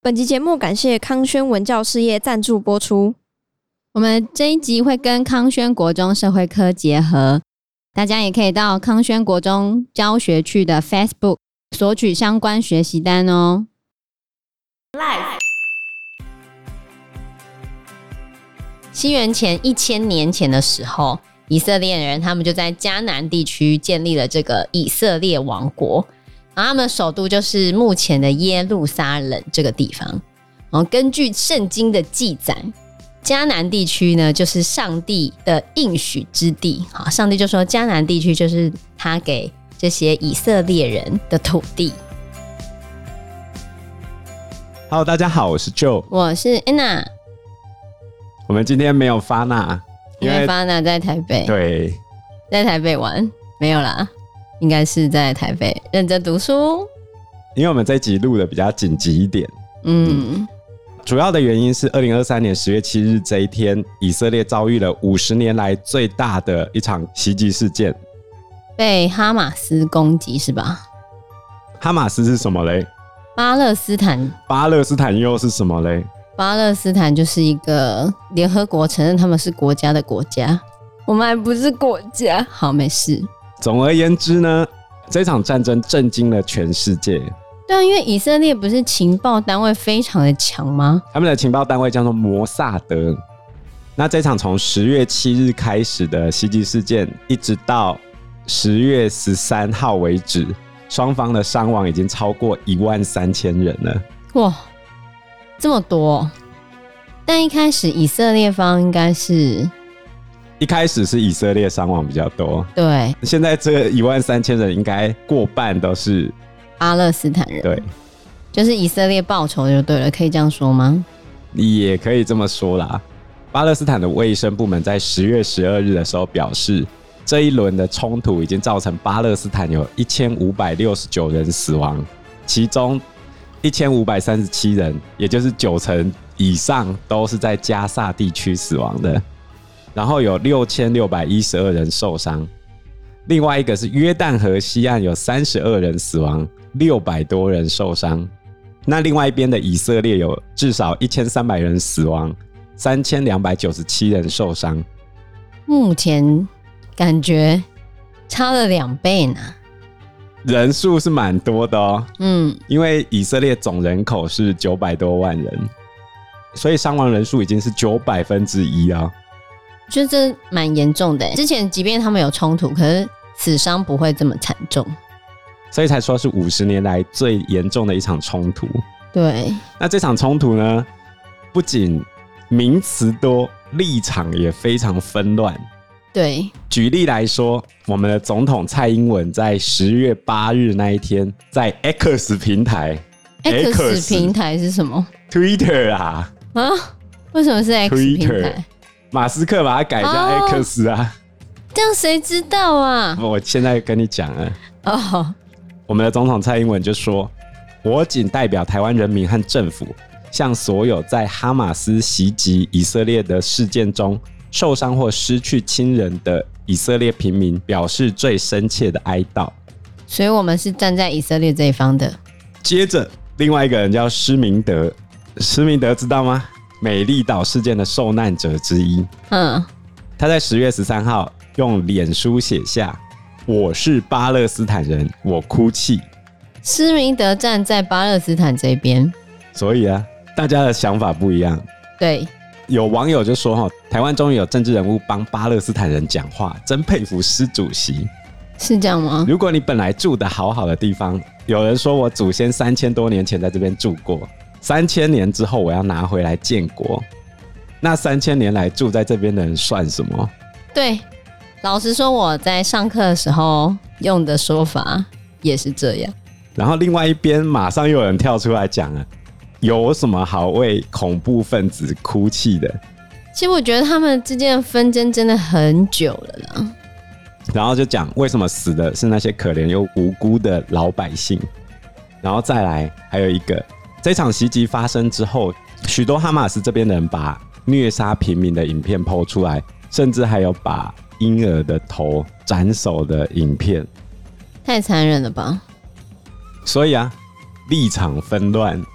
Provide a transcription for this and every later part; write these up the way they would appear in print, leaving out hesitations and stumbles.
本集节目感谢康轩文教事业赞助播出。 我们这一集会跟康轩国中社会科结合，大家也可以到康轩国中教学区的 Facebook 索取相关学习单哦。西元前1000年前的时候，以色列人他们就在迦南地区建立了这个以色列王国，然后他们的首都就是目前的耶路撒冷这个地方。然后根据圣经的记载，迦南地区呢就是上帝的应许之地。好，上帝就说迦南地区就是他给这些以色列人的土地。 Hello， 大家好，我是 Joe， 我是 Anna。 我们今天没有发娜， 因为发娜在台北， 对， 在台北玩，没有啦，应该是在台北认真读书。 因为我们这一集录的比较紧急一点，主要的原因是2023年10月7日这一天，以色列遭遇了50年来最大的一场袭击事件， 被哈马斯攻击是吧？ 哈马斯是什么嘞？ 巴勒斯坦。 巴勒斯坦又是什么嘞？ 巴勒斯坦就是一个联合国承认他们是国家的国家，我们还不是国家。好，没事。 总而言之呢，这场战争震惊了全世界。 对啊，因为以色列不是情报单位非常的强吗？ 他们的情报单位叫做摩萨德。那这场从10月7日开始的袭击事件，一直到10月13号为止，双方的伤亡已经超过13000人了。 哇，这么多！但一开始以色列方应该是一开始是以色列伤亡比较多， 对， 现在这13000人应该过半都是巴勒斯坦人， 对， 就是以色列报仇就对了，可以这样说吗？ 也可以这么说啦。巴勒斯坦的卫生部门在10月12日的时候表示，这一轮的冲突已经造成巴勒斯坦有1569人死亡，其中1537人，也就是90%以上都是在加萨地区死亡的，然后有6612人受伤。另外一个是约旦河西岸有32人死亡，600多人受伤。那另外一边的以色列有至少1300人死亡，3297人受伤。 目前感觉差了2倍呢。 人数是蛮多的哦，因为以色列总人口是900多万人，所以伤亡人数已经是100%哦。 我觉得这蛮严重的。之前即便他们有冲突，可是死伤不会这么惨重， 所以才说是50年来最严重的一场冲突。 对， 那这场冲突呢，不仅名词多，立场也非常纷乱。 对， 举例来说，我们的总统蔡英文在10月8日那一天，在 X 平台 X 平台是什么 ？Twitter 啊， 为什么是 X 平台？ 马斯克把它改叫 X 啊， 这样谁知道啊？ 我现在跟你讲了。我们的总统蔡英文就说：“我仅代表台湾人民和政府，向所有在哈马斯袭击以色列的事件中受伤或失去亲人的以色列平民表示最深切的哀悼。” 所以我们是站在以色列这一方的。 接着，另外一个人叫施明德，施明德知道吗？美丽岛事件的受难者之一。他在10月13号用脸书写下：“我是巴勒斯坦人，我哭泣。” 施明德站在巴勒斯坦这边， 所以啊，大家的想法不一样。 对， 有网友就说：“台湾终于有政治人物帮巴勒斯坦人讲话，真佩服施主席。” 是这样吗？ 如果你本来住的好好的地方，有人说我祖先3000多年前在这边住过，3000年之后我要拿回来建国，那3000年来住在这边的人算什么？ 对，老实说，我在上课的时候用的说法也是这样。 然后另外一边马上又有人跳出来讲了，有什么好为恐怖分子哭泣的？ 其实我觉得他们之间的纷争真的很久了啦。 然后就讲为什么死的是那些可怜又无辜的老百姓。然后再来还有一个，这场袭击发生之后，许多哈马斯这边的人把虐杀平民的影片po出来，甚至还有把婴儿的头斩首的影片。 太残忍了吧？ 所以啊，立场纷乱，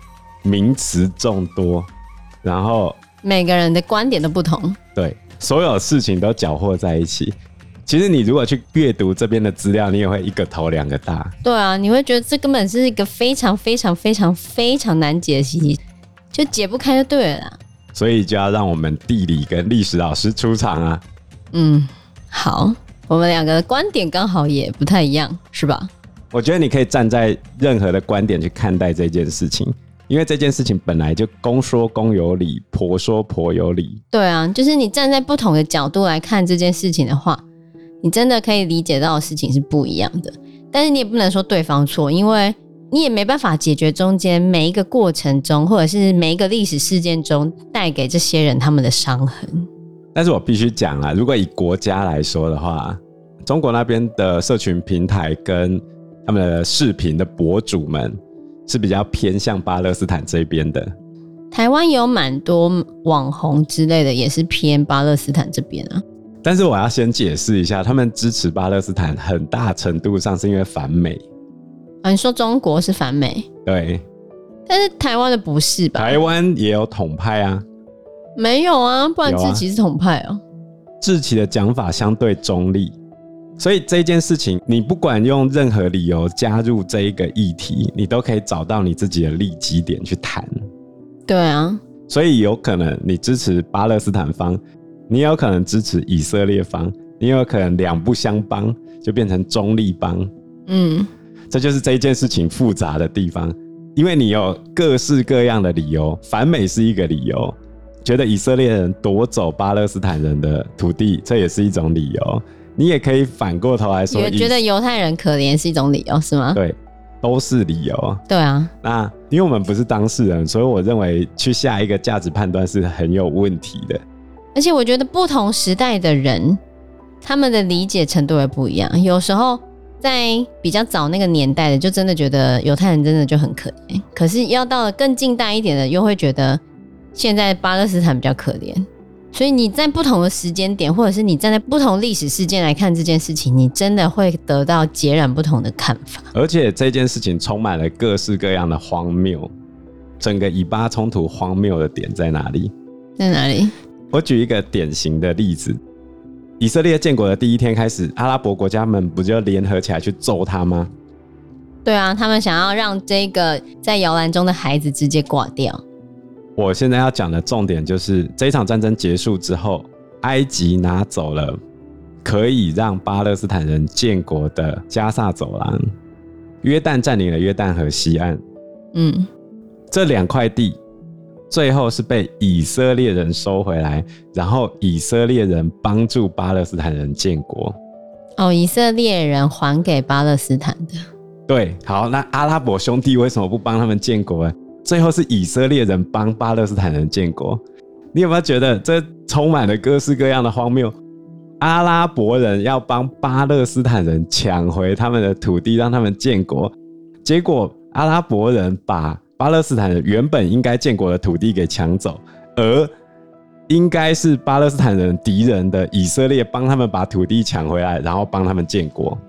名词众多，然后每个人的观点都不同， 对，所有事情都搅和在一起。其实你如果去阅读这边的资料，你也会一个头两个大。 对啊，你会觉得这根本是一个非常非常非常非常难解析，就解不开就对了啦。 所以就要让我们地理跟历史老师出场啊。 好，我们两个的观点刚好也不太一样，是吧？ 我觉得你可以站在任何的观点去看待这件事情，因为这件事情本来就公说公有理，婆说婆有理。 对啊，就是你站在不同的角度来看这件事情的话，你真的可以理解到的事情是不一样的。但是你也不能说对方错，因为你也没办法解决中间每一个过程中，或者是每一个历史事件中带给这些人他们的伤痕。 但是我必须讲啊，如果以国家来说的话，中国那边的社群平台跟他们的视频的博主们是比较偏向巴勒斯坦这边的。 台湾也有蛮多网红之类的，也是偏巴勒斯坦这边啊。 但是我要先解释一下，他们支持巴勒斯坦很大程度上是因为反美。 你说中国是反美， 对， 但是台湾的不是吧？ 台湾也有统派啊。 没有啊，不然志祺是统派哦。 志祺的讲法相对中立，所以这件事情你不管用任何理由加入这一个议题，你都可以找到你自己的利基点去谈。 对啊， 所以有可能你支持巴勒斯坦方，你有可能支持以色列方，你有可能两不相帮，就变成中立帮。这就是这一件事情复杂的地方，因为你有各式各样的理由，反美是一个理由，觉得以色列人夺走巴勒斯坦人的土地，这也是一种理由。你也可以反过头来说， 觉得犹太人可怜是一种理由，是吗？ 对，都是理由。 对啊， 那因为我们不是当事人，所以我认为去下一个价值判断是很有问题的。 而且我觉得不同时代的人，他们的理解程度也不一样。有时候在比较早那个年代的，就真的觉得犹太人真的就很可怜，可是要到了更近代一点的，又会觉得现在巴勒斯坦比较可怜。所以你在不同的时间点，或者是你站在不同历史事件来看这件事情，你真的会得到截然不同的看法。 而且这件事情充满了各式各样的荒谬。整个以巴冲突荒谬的点在哪里？ 在哪里？ 我举一个典型的例子，以色列建国的第一天开始，阿拉伯国家们不就联合起来去揍他吗？ 对啊，他们想要让这个在摇篮中的孩子直接挂掉。 我现在要讲的重点就是这一场战争结束之后，埃及拿走了可以让巴勒斯坦人建国的加萨走廊，约旦占领了约旦河西岸。这两块地最后是被以色列人收回来，然后以色列人帮助巴勒斯坦人建国。 以色列人还给巴勒斯坦的。 对，好，那阿拉伯兄弟为什么不帮他们建国呢？最后是以色列人帮巴勒斯坦人建国。你有没有觉得这充满了各式各样的荒谬？阿拉伯人要帮巴勒斯坦人抢回他们的土地，让他们建国，结果阿拉伯人把巴勒斯坦人原本应该建国的土地给抢走，而应该是巴勒斯坦人敌人的以色列帮他们把土地抢回来，然后帮他们建国。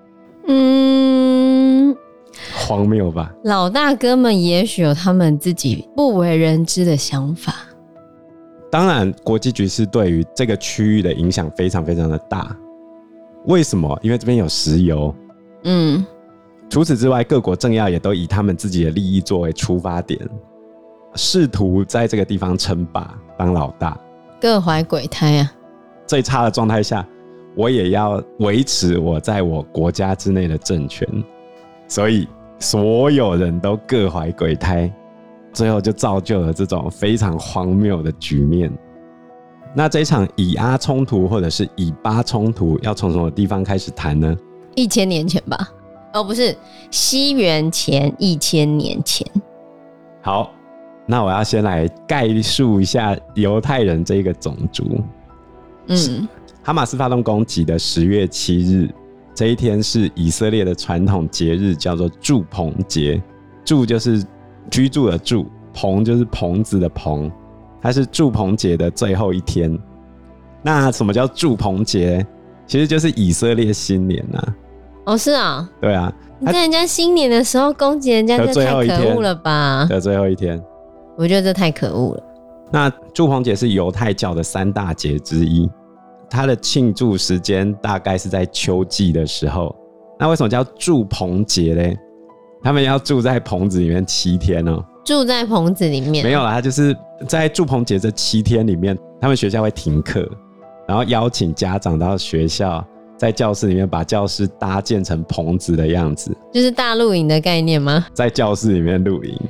荒谬吧？ 老大哥们也许有他们自己不为人知的想法。 当然，国际局势对于这个区域的影响非常非常的大。为什么？因为这边有石油。除此之外，各国政要也都以他们自己的利益作为出发点，试图在这个地方称霸，当老大， 各怀鬼胎啊！ 最差的状态下，我也要维持我在我国家之内的政权，所以所有人都各怀鬼胎，最后就造就了这种非常荒谬的局面。那这一场以阿冲突或者是以巴冲突要从什么地方开始谈呢 ？1000年前吧。不是，西元前1000年前。 好，那我要先来概述一下犹太人这个种族。哈马斯发动攻击的10月7日，这一天是以色列的传统节日，叫做住棚节。住就是居住的住，棚就是棚子的棚，它是住棚节的最后一天。那什么叫住棚节？其实就是以色列新年啊。 哦，是啊， 对啊， 你在人家新年的时候攻击人家，这太可恶了吧？ 的最后一天， 我觉得这太可恶了。 那住棚节是犹太教的3大节之一，它的庆祝时间大概是在秋季的时候。那为什么叫住棚节呢？他们要住在棚子里面7天哦。 住在棚子里面？ 没有啦，他就是在住棚节这7天里面，他们学校会停课，然后邀请家长到学校，在教室里面把教室搭建成棚子的样子， 就是大露营的概念吗？ 在教室里面露营。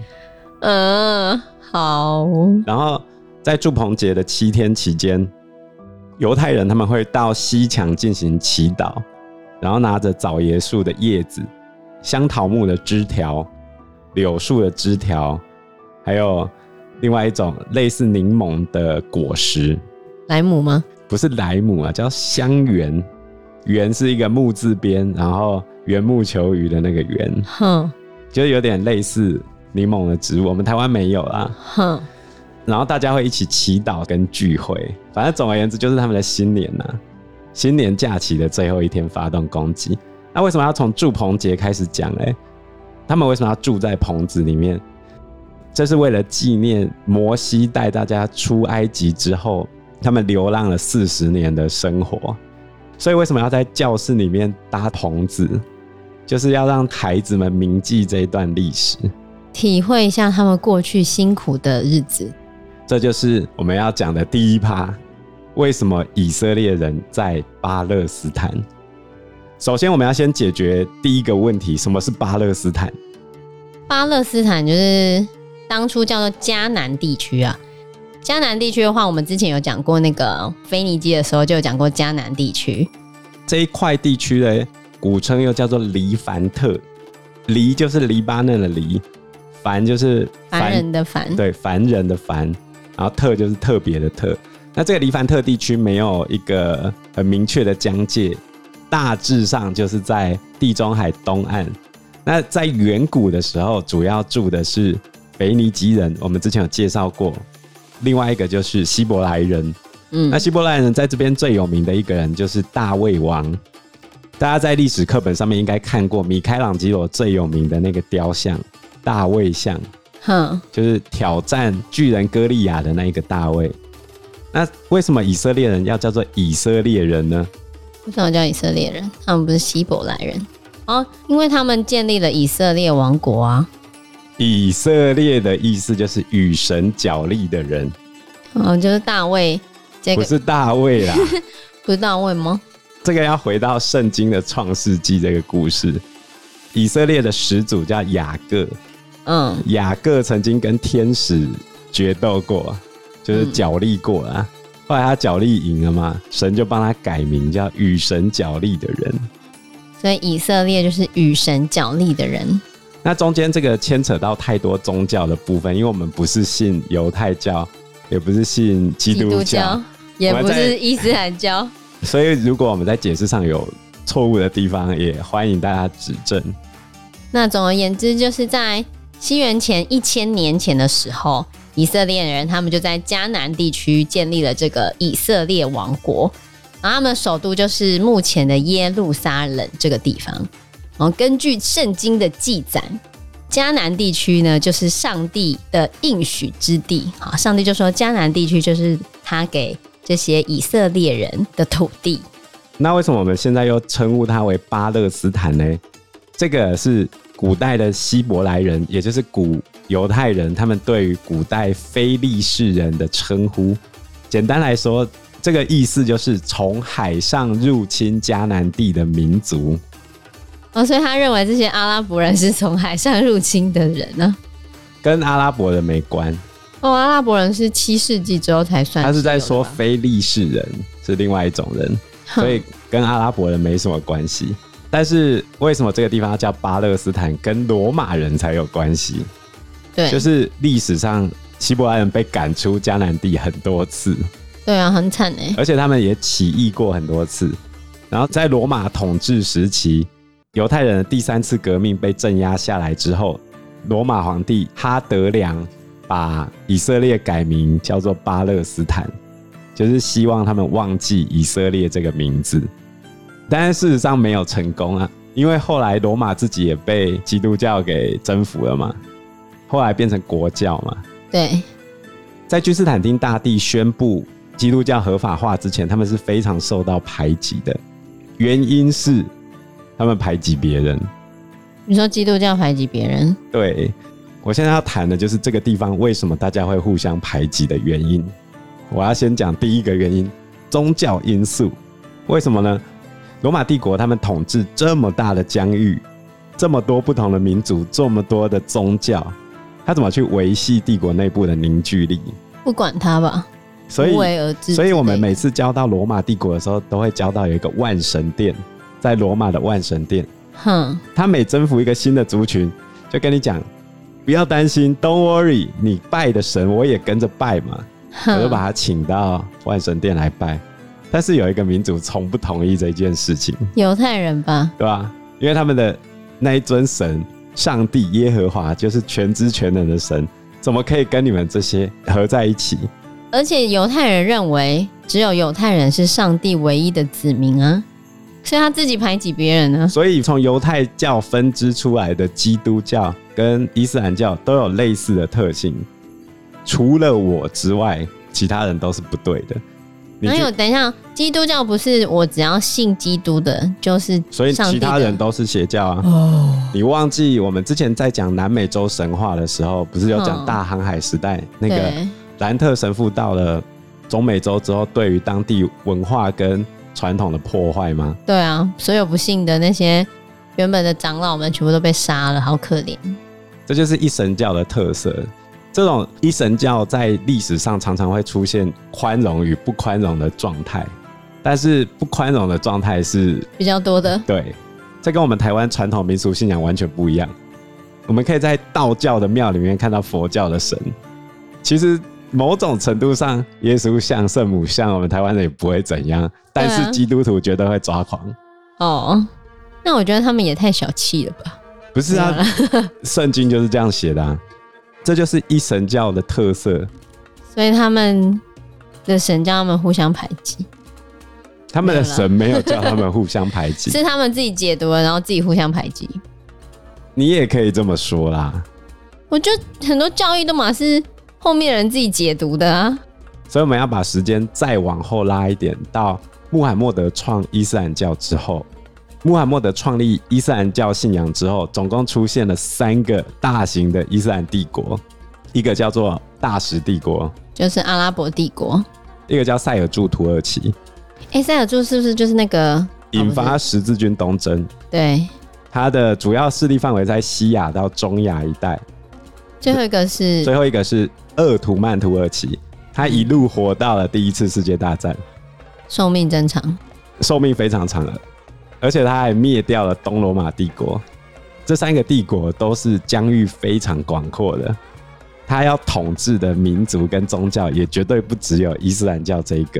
好。 然后在住棚节的7天期间，犹太人他们会到西墙进行祈祷，然后拿着枣椰树的叶子、香桃木的枝条、柳树的枝条，还有另外一种类似柠檬的果实。 莱姆吗？ 不是莱姆啊，叫香橼。橼是一个木字边，然后缘木求鱼的那个橼，就是有点类似柠檬的植物，我们台湾没有啦。然后大家会一起祈祷跟聚会，反正总而言之就是他们的新年啊，新年假期的最后一天发动攻击。那为什么要从住棚节开始讲呢？他们为什么要住在棚子里面？这是为了纪念摩西带大家出埃及之后，他们流浪了40年的生活。所以为什么要在教室里面搭棚子？就是要让孩子们铭记这一段历史， 体会一下他们过去辛苦的日子。 这就是我们要讲的第一趴，为什么以色列人在巴勒斯坦？首先我们要先解决第一个问题，什么是巴勒斯坦？ 巴勒斯坦就是当初叫做迦南地区啊。迦南地区的话，我们之前有讲过那个腓尼基的时候就有讲过迦南地区。 这一块地区的古称又叫做黎凡特，黎就是黎巴嫩的黎，凡就是凡人的凡， 对，凡人的凡，然后特就是特别的特。那这个黎凡特地区没有一个很明确的疆界，大致上就是在地中海东岸。那在远古的时候，主要住的是腓尼基人，我们之前有介绍过。另外一个就是希伯来人，那希伯来人在这边最有名的一个人就是大卫王。大家在历史课本上面应该看过米开朗基罗最有名的那个雕像大卫像，就是挑战巨人歌利亚的那一个大卫。那为什么以色列人要叫做以色列人呢？ 为什么叫以色列人？他们不是希伯来人哦，因为他们建立了以色列王国啊。 以色列的意思就是与神角力的人， 就是大卫。 不是大卫啦， 不是大卫吗？ 这个要回到圣经的创世纪这个故事。以色列的始祖叫雅各，雅各曾经跟天使决斗过，就是角力过啦。后来他角力赢了嘛，神就帮他改名叫与神角力的人。 所以以色列就是与神角力的人。 那中间这个牵扯到太多宗教的部分，因为我们不是信犹太教，也不是信基督教， 也不是伊斯兰教， 所以如果我们在解释上有错误的地方，也欢迎大家指正。 那总而言之，就是在西元前1000年前的时候，以色列人他们就在迦南地区建立了这个以色列王国，然后他们的首都就是目前的耶路撒冷这个地方。根据圣经的记载，迦南地区呢就是上帝的应许之地。上帝就说迦南地区就是他给这些以色列人的土地。 那为什么我们现在又称呼它为巴勒斯坦呢？这个是古代的希伯来人，也就是古犹太人，他们对于古代非利士人的称呼。简单来说，这个意思就是从海上入侵迦南地的民族。 所以他认为这些阿拉伯人是从海上入侵的人呢？ 跟阿拉伯人没关。 阿拉伯人是7世纪之后才算。 他是在说非利士人是另外一种人，所以跟阿拉伯人没什么关系。但是为什么这个地方要叫巴勒斯坦，跟罗马人才有关系？ 对， 就是历史上希伯来人被赶出迦南地很多次。 对啊，很惨而且他们也起义过很多次。然后在罗马统治时期，犹太人的第3次革命被镇压下来之后，罗马皇帝哈德良把以色列改名叫做巴勒斯坦，就是希望他们忘记以色列这个名字。但是事实上没有成功啊， 因为后来罗马自己也被基督教给征服了嘛，后来变成国教嘛。 对， 在君士坦丁大帝宣布基督教合法化之前，他们是非常受到排挤的，原因是他们排挤别人。 你说基督教排挤别人？ 对，我现在要谈的就是这个地方为什么大家会互相排挤的原因。我要先讲第一个原因，宗教因素。为什么呢？罗马帝国他们统治这么大的疆域，这么多不同的民族，这么多的宗教，他怎么去维系帝国内部的凝聚力？ 不管他吧，无为而治。 所以我们每次教到罗马帝国的时候，都会教到有一个万神殿，在罗马的万神殿。他每征服一个新的族群，就跟你讲，不要担心 ，Don't worry， 你拜的神我也跟着拜嘛。我就把他请到万神殿来拜。但是有一个民族从不同意这件事情， 犹太人吧， 对吧？因为他们的那一尊神上帝耶和华就是全知全能的神，怎么可以跟你们这些合在一起？ 而且犹太人认为只有犹太人是上帝唯一的子民啊，所以他自己排挤别人呢。 所以从犹太教分支出来的基督教跟伊斯兰教都有类似的特性，除了我之外，其他人都是不对的。 还有，等一下，基督教不是我只要信基督的，就是上帝的， 所以其他人都是邪教啊。哦，你忘记我们之前在讲南美洲神话的时候，不是有讲大航海时代，那个兰特神父到了中美洲之后，对于当地文化跟传统的破坏吗？ 对啊，所有不信的那些原本的长老们全部都被杀了，好可怜。 这就是一神教的特色。这种一神教在历史上常常会出现宽容与不宽容的状态，但是不宽容的状态是比较多的。 对，这跟我们台湾传统民俗信仰完全不一样。我们可以在道教的庙里面看到佛教的神，其实某种程度上，耶稣像、圣母像，我们台湾人也不会怎样，但是基督徒绝对会抓狂。 哦，那我觉得他们也太小气了吧？ 不是啊，圣经就是这样写的啊。这就是一神教的特色， 所以他们的神叫他们互相排挤。 他们的神没有叫他们互相排挤， 是他们自己解读了，然后自己互相排挤。 你也可以这么说啦。 我觉得很多教义都嘛是后面人自己解读的啊。 所以我们要把时间再往后拉一点，到穆罕默德创伊斯兰教之后。穆罕默德创立伊斯兰教信仰之后，总共出现了3个大型的伊斯兰帝国，一个叫做大食帝国， 就是阿拉伯帝国； 一个叫塞尔柱土耳其。 塞尔柱是不是就是那个引发十字军东征？ 对， 它的主要势力范围在西亚到中亚一带。 最后一个是鄂图曼土耳其，它一路活到了第1次世界大战， 寿命真长， 寿命非常长了。而且他还灭掉了东罗马帝国。这3个帝国都是疆域非常广阔的，他要统治的民族跟宗教也绝对不只有伊斯兰教这一个。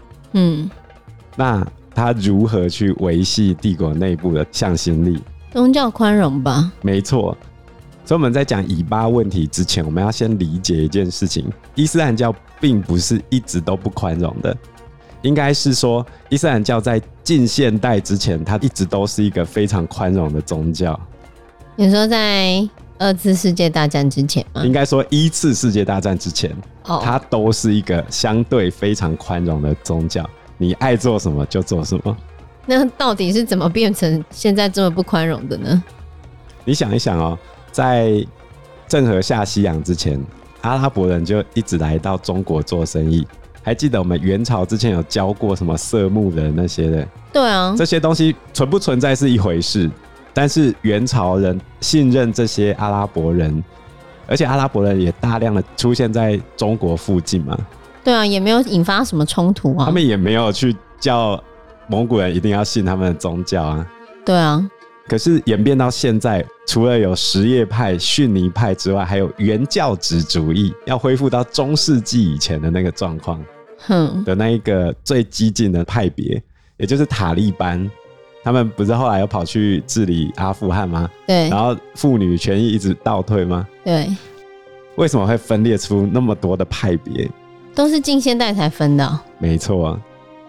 那他如何去维系帝国内部的向心力？ 宗教宽容吧。 没错。所以我们在讲以巴问题之前，我们要先理解一件事情：伊斯兰教并不是一直都不宽容的。应该是说，伊斯兰教在近现代之前，它一直都是一个非常宽容的宗教。 你说在2次世界大战之前吗？ 应该说1次世界大战之前，它都是一个相对非常宽容的宗教，你爱做什么就做什么。 那到底是怎么变成现在这么不宽容的呢？ 你想一想哦，在郑和下西洋之前，阿拉伯人就一直来到中国做生意。还记得我们元朝之前有教过什么色目人那些的？ 对啊， 这些东西存不存在是一回事，但是元朝人信任这些阿拉伯人，而且阿拉伯人也大量的出现在中国附近嘛。 对啊，也没有引发什么冲突啊。 他们也没有去叫蒙古人一定要信他们的宗教啊。 对啊。 可是演变到现在，除了有什叶派、逊尼派之外，还有原教旨主义，要恢复到中世纪以前的那个状况的那一个最激进的派别，也就是塔利班。他们不是后来又跑去治理阿富汗吗？ 对。 然后妇女权益一直倒退吗？ 对。 为什么会分裂出那么多的派别？ 都是近现代才分的。 没错啊。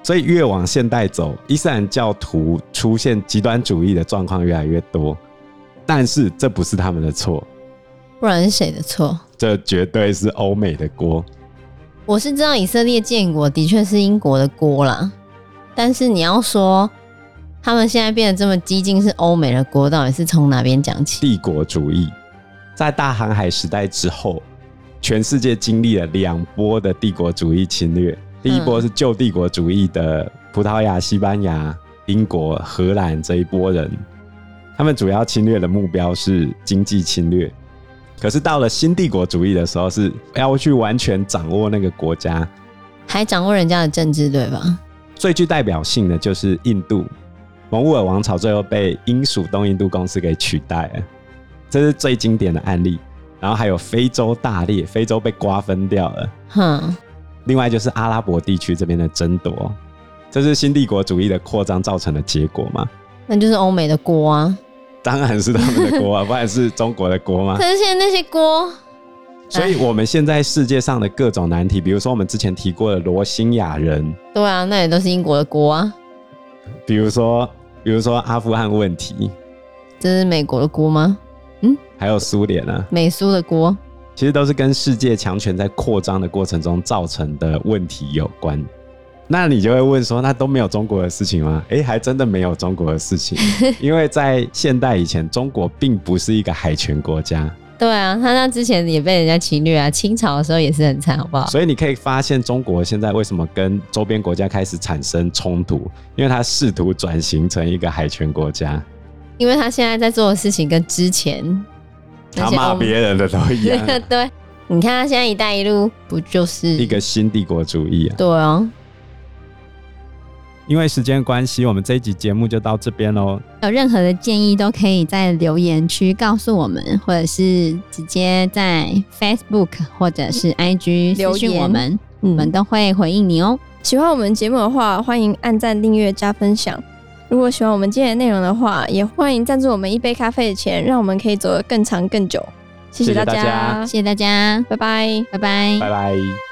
所以越往现代走，伊斯兰教徒出现极端主义的状况越来越多，但是这不是他们的错， 不然是谁的错？ 这绝对是欧美的锅。 我是知道以色列建国的确是英国的锅啦，但是你要说他们现在变得这么激进是欧美的锅，到底是从哪边讲起？ 帝国主义在大航海时代之后，全世界经历了2波的帝国主义侵略。第一波是旧帝国主义的葡萄牙、西班牙、英国、荷兰这一波人，他们主要侵略的目标是经济侵略。可是到了新帝国主义的时候，是要去完全掌握那个国家， 还掌握人家的政治，对吧？ 最具代表性的就是印度，蒙兀尔王朝最后被英属东印度公司给取代了，这是最经典的案例。然后还有非洲大裂，非洲被瓜分掉了。另外就是阿拉伯地区这边的争夺，这是新帝国主义的扩张造成的结果嘛？ 那就是欧美的锅啊。 当然是他们的锅啊，不然是中国的锅吗？ 可是现在那些锅， 所以我们现在世界上的各种难题，比如说我们之前提过的罗兴亚人， 对啊，那也都是英国的锅啊。 比如说阿富汗问题， 这是美国的锅吗？ 还有苏联啊， 美苏的锅， 其实都是跟世界强权在扩张的过程中造成的问题有关。那你就会问说，那都没有中国的事情吗？还真的没有中国的事情，因为在现代以前，中国并不是一个海权国家。 对啊，他那之前也被人家侵略啊，清朝的时候也是很惨，好不好？ 所以你可以发现，中国现在为什么跟周边国家开始产生冲突，因为他试图转型成一个海权国家。 因为他现在在做的事情跟之前他骂别人的都一样。 对，你看他现在一带一路不就是一个新帝国主义啊？ 对啊。 因为时间关系，我们这一集节目就到这边咯。 有任何的建议都可以在留言区告诉我们，或者是直接在 Facebook 或者是 IG 私讯我们，我们都会回应你哦。 喜欢我们节目的话，欢迎按赞、订阅、加分享。如果喜欢我们今天的内容的话，也欢迎赞助我们一杯咖啡的钱，让我们可以走得更长更久。谢谢大家， 谢谢大家， 拜拜， 拜拜， 拜拜。